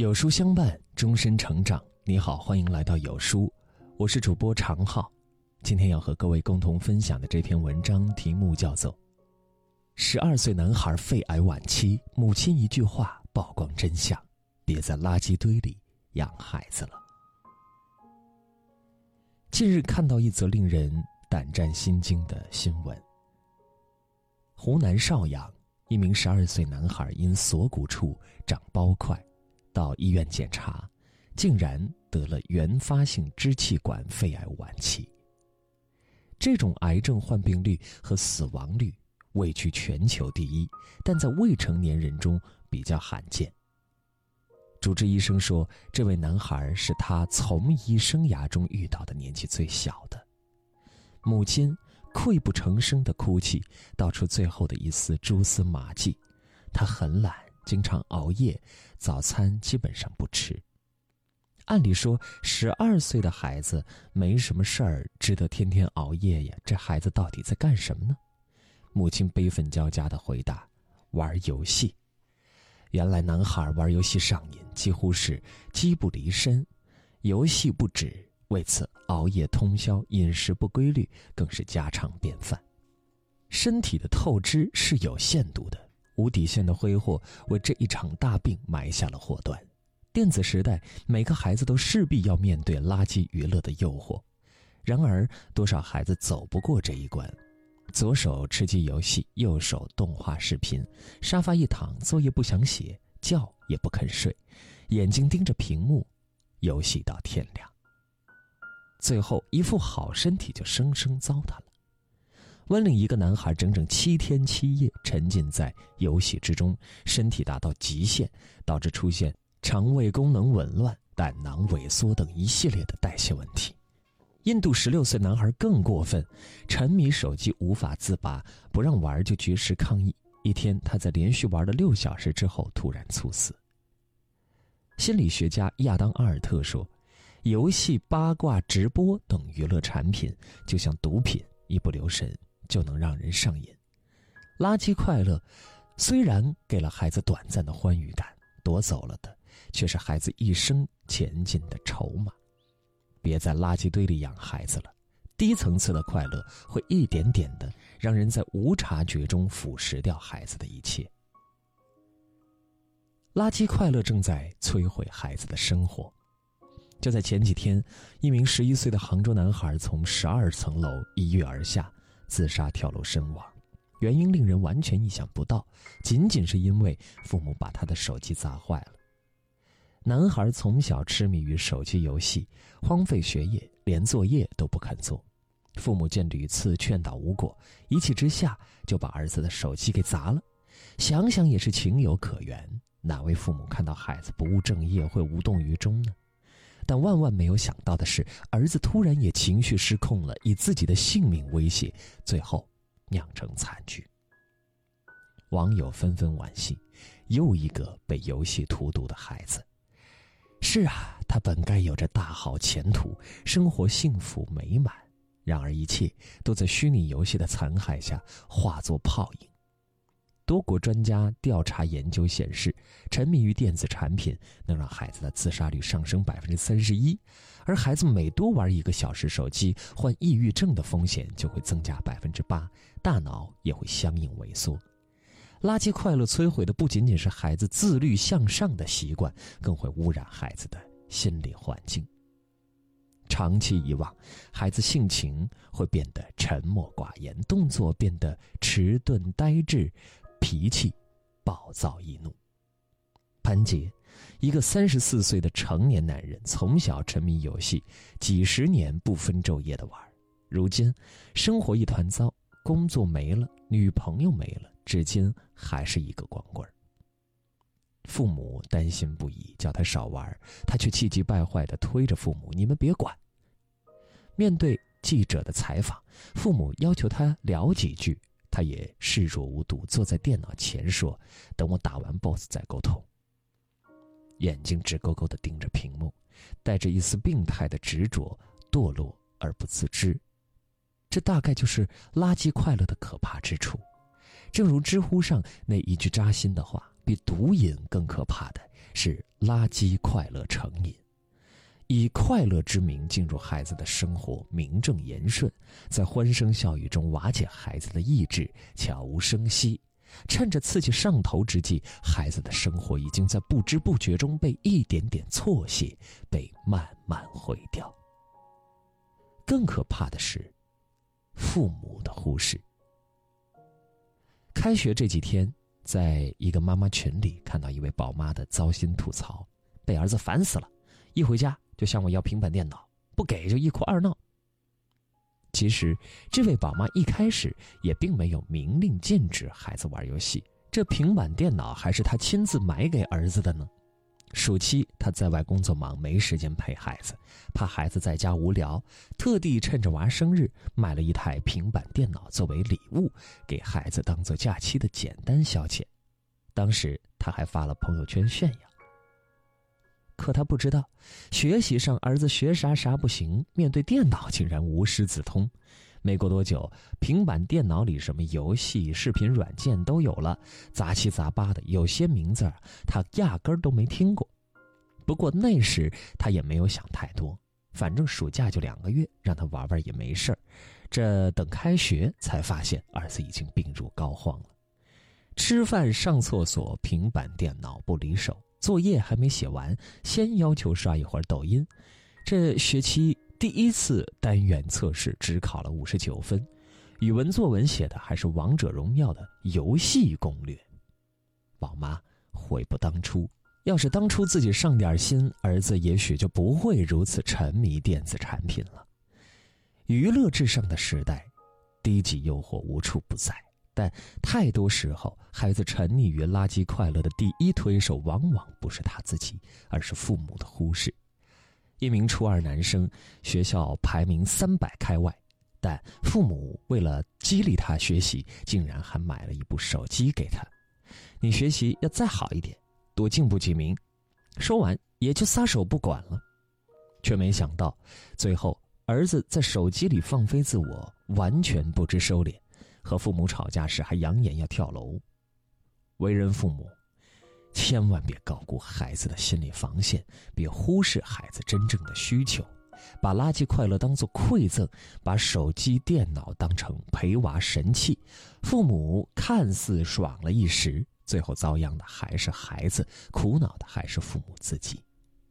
有书相伴，终身成长。你好，欢迎来到有书，我是主播常浩。今天要和各位共同分享的这篇文章题目叫做12岁男孩肺癌晚期，母亲一句话曝光真相，别在垃圾堆里养孩子了。近日看到一则令人胆战心惊的新闻。湖南邵阳一名12岁男孩因锁骨处长包块，到医院检查，竟然得了原发性支气管肺癌晚期。这种癌症患病率和死亡率位居全球第一，但在未成年人中比较罕见。主治医生说，这位男孩是他从医生涯中遇到的年纪最小的。母亲溃不成声的哭泣，道出最后的一丝蛛丝马迹。他很懒，经常熬夜，早餐基本上不吃。按理说12岁的孩子没什么事儿值得天天熬夜呀，这孩子到底在干什么呢？母亲悲愤交加地回答，玩游戏。原来男孩玩游戏上瘾，几乎是机不离身，游戏不止，为此熬夜通宵，饮食不规律更是家常便饭。身体的透支是有限度的，无底线的挥霍为这一场大病埋下了祸端。电子时代，每个孩子都势必要面对垃圾娱乐的诱惑，然而多少孩子走不过这一关。左手吃鸡游戏，右手动画视频，沙发一躺，作业不想写，觉也不肯睡，眼睛盯着屏幕，游戏到天亮。最后一副好身体就生生糟蹋了。温岭一个男孩整整7天7夜沉浸在游戏之中，身体达到极限，导致出现肠胃功能紊乱、胆囊萎缩等一系列的代谢问题。印度16岁男孩更过分，沉迷手机无法自拔，不让玩就绝食抗议。一天，他在连续玩了6小时之后突然猝死。心理学家亚当·阿尔特说，游戏、八卦、直播等娱乐产品就像毒品，一不留神就能让人上瘾。垃圾快乐虽然给了孩子短暂的欢愉感，夺走了的却是孩子一生前进的筹码。别在垃圾堆里养孩子了，低层次的快乐会一点点的让人在无察觉中腐蚀掉孩子的一切。垃圾快乐正在摧毁孩子的生活。就在前几天，一名11岁的杭州男孩从12层楼一跃而下，自杀跳楼身亡。原因令人完全意想不到，仅仅是因为父母把他的手机砸坏了。男孩从小痴迷于手机游戏，荒废学业，连作业都不肯做。父母见屡次劝导无果，一气之下就把儿子的手机给砸了。想想也是情有可原，哪位父母看到孩子不务正业会无动于衷呢？但万万没有想到的是，儿子突然也情绪失控了，以自己的性命威胁，最后酿成惨剧。网友纷纷惋惜，又一个被游戏荼毒的孩子。是啊，他本该有着大好前途，生活幸福美满，然而一切都在虚拟游戏的残害下化作泡影。多国专家调查研究显示，沉迷于电子产品能让孩子的自杀率上升31%，而孩子每多玩1个小时手机，患抑郁症的风险就会增加8%，大脑也会相应萎缩。垃圾快乐摧毁的不仅仅是孩子自律向上的习惯，更会污染孩子的心理环境。长期以往，孩子性情会变得沉默寡言，动作变得迟钝呆滞，脾气暴躁易怒。潘杰，一个34岁的成年男人，从小沉迷游戏，几十年不分昼夜的玩，如今生活一团糟，工作没了，女朋友没了，至今还是一个光棍。父母担心不已，叫他少玩，他却气急败坏地推着父母，你们别管。面对记者的采访，父母要求他聊几句，他也视若无睹，坐在电脑前说，等我打完 BOSS 再沟通。眼睛直勾勾地盯着屏幕，带着一丝病态的执着，堕落而不自知。这大概就是垃圾快乐的可怕之处。正如知乎上那一句扎心的话， 比毒瘾更可怕的是垃圾快乐成瘾。以快乐之名进入孩子的生活，名正言顺，在欢声笑语中瓦解孩子的意志，悄无声息。趁着刺激上头之际，孩子的生活已经在不知不觉中被一点点错写，被慢慢毁掉。更可怕的是父母的忽视。开学这几天，在一个妈妈群里看到一位宝妈的糟心吐槽，被儿子烦死了，一回家就向我要平板电脑，不给就一哭二闹。其实这位宝妈一开始也并没有明令禁止孩子玩游戏，这平板电脑还是她亲自买给儿子的呢。暑期她在外工作忙，没时间陪孩子，怕孩子在家无聊，特地趁着娃生日买了一台平板电脑作为礼物，给孩子当做假期的简单消遣。当时她还发了朋友圈炫耀。可他不知道，学习上儿子学啥不行，面对电脑竟然无师自通。没过多久，平板电脑里什么游戏、视频软件都有了，杂七杂八的，有些名字他压根儿都没听过。不过那时他也没有想太多，反正暑假就2个月，让他玩玩也没事儿。这等开学才发现儿子已经病入膏肓了。吃饭、上厕所，平板电脑不离手。作业还没写完，先要求刷一会儿抖音。这学期第一次单元测试只考了59分，语文作文写的还是王者荣耀的游戏攻略。宝妈悔不当初，要是当初自己上点心，儿子也许就不会如此沉迷电子产品了。娱乐至上的时代，低级诱惑无处不在。但太多时候，孩子沉溺于垃圾快乐的第一推手往往不是他自己，而是父母的忽视。一名初2男生，学校排名300开外，但父母为了激励他学习，竟然还买了一部手机给他。你学习要再好一点，多进步几名。说完也就撒手不管了，却没想到最后儿子在手机里放飞自我，完全不知收敛。和父母吵架时还扬言要跳楼。为人父母，千万别高估孩子的心理防线，别忽视孩子真正的需求，把垃圾快乐当作馈赠，把手机电脑当成陪娃神器。父母看似爽了一时，最后遭殃的还是孩子，苦恼的还是父母自己。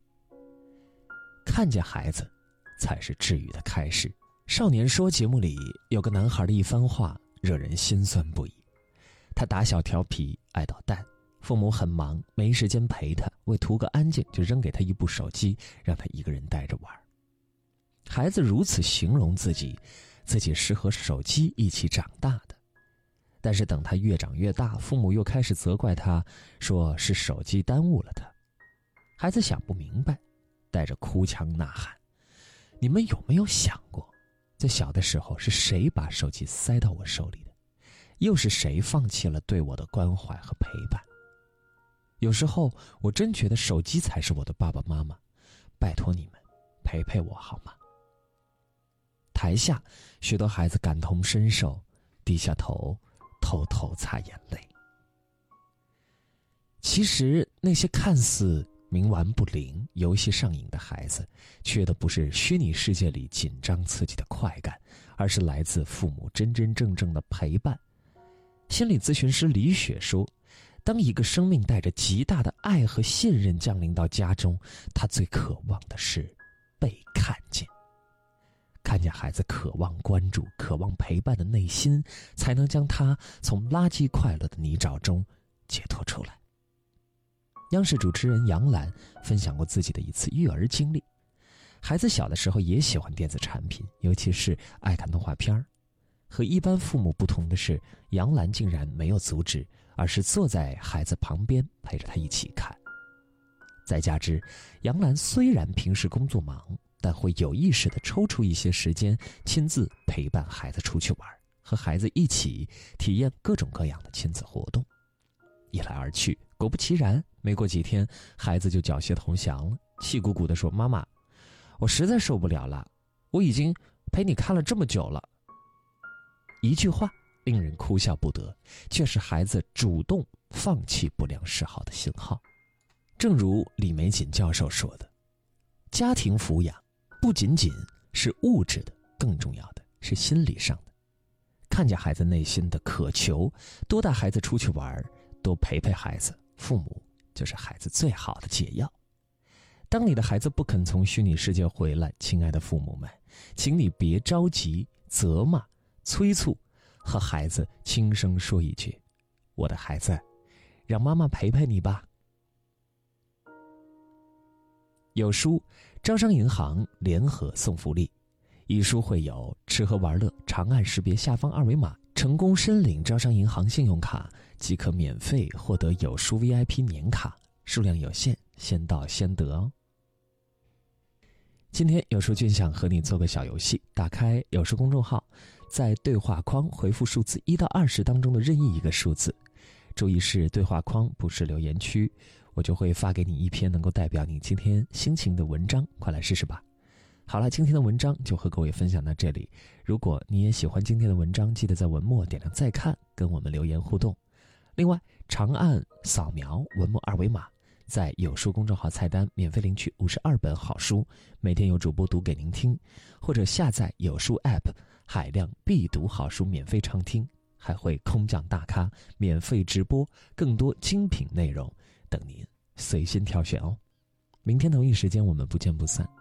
看见孩子才是治愈的开始。少年说节目里有个男孩的一番话惹人心酸不已。他打小调皮，爱捣蛋，父母很忙，没时间陪他，为图个安静就扔给他一部手机，让他一个人带着玩。孩子如此形容自己是和手机一起长大的。但是等他越长越大，父母又开始责怪他，说是手机耽误了他。孩子想不明白，带着哭腔呐喊：你们有没有想过，在小的时候是谁把手机塞到我手里的？又是谁放弃了对我的关怀和陪伴？有时候我真觉得手机才是我的爸爸妈妈，拜托你们陪陪我好吗？台下许多孩子感同身受，低下头偷偷擦眼泪。其实那些看似冥顽不灵、游戏上瘾的孩子，缺的不是虚拟世界里紧张刺激的快感，而是来自父母真真正正的陪伴。心理咨询师李雪说，当一个生命带着极大的爱和信任降临到家中，他最渴望的是被看见。看见孩子渴望关注、渴望陪伴的内心，才能将他从垃圾快乐的泥沼中解脱出来。央视主持人杨澜分享过自己的一次育儿经历。孩子小的时候也喜欢电子产品，尤其是爱看动画片。和一般父母不同的是，杨澜竟然没有阻止，而是坐在孩子旁边陪着他一起看。再加之杨澜虽然平时工作忙，但会有意识地抽出一些时间亲自陪伴孩子出去玩，和孩子一起体验各种各样的亲子活动。一来二去，果不其然，没过几天，孩子就缴械投降了，气鼓鼓地说：妈妈，我实在受不了了，我已经陪你看了这么久了。一句话令人哭笑不得，却是孩子主动放弃不良嗜好的信号。正如李玫瑾教授说的，家庭抚养不仅仅是物质的，更重要的是心理上的。看见孩子内心的渴求，多带孩子出去玩，多陪陪孩子，父母就是孩子最好的解药。当你的孩子不肯从虚拟世界回来，亲爱的父母们，请你别着急责骂催促，和孩子轻声说一句，我的孩子，让妈妈陪陪你吧。有书招商银行联合送福利，一书会有吃喝玩乐，长按识别下方二维码，成功申领招商银行信用卡即可免费获得有书 VIP 年卡，数量有限，先到先得哦。今天有书君想和你做个小游戏，打开有书公众号，在对话框回复数字1到20当中的任意一个数字，注意是对话框，不是留言区，我就会发给你一篇能够代表你今天心情的文章，快来试试吧。好了，今天的文章就和各位分享到这里。如果你也喜欢今天的文章，记得在文末点亮再看，跟我们留言互动。另外，长按扫描文末二维码，在有书公众号菜单免费领取52本好书，每天有主播读给您听，或者下载有书 App， 海量必读好书免费畅听，还会空降大咖免费直播，更多精品内容等您随心挑选哦。明天同一时间我们不见不散。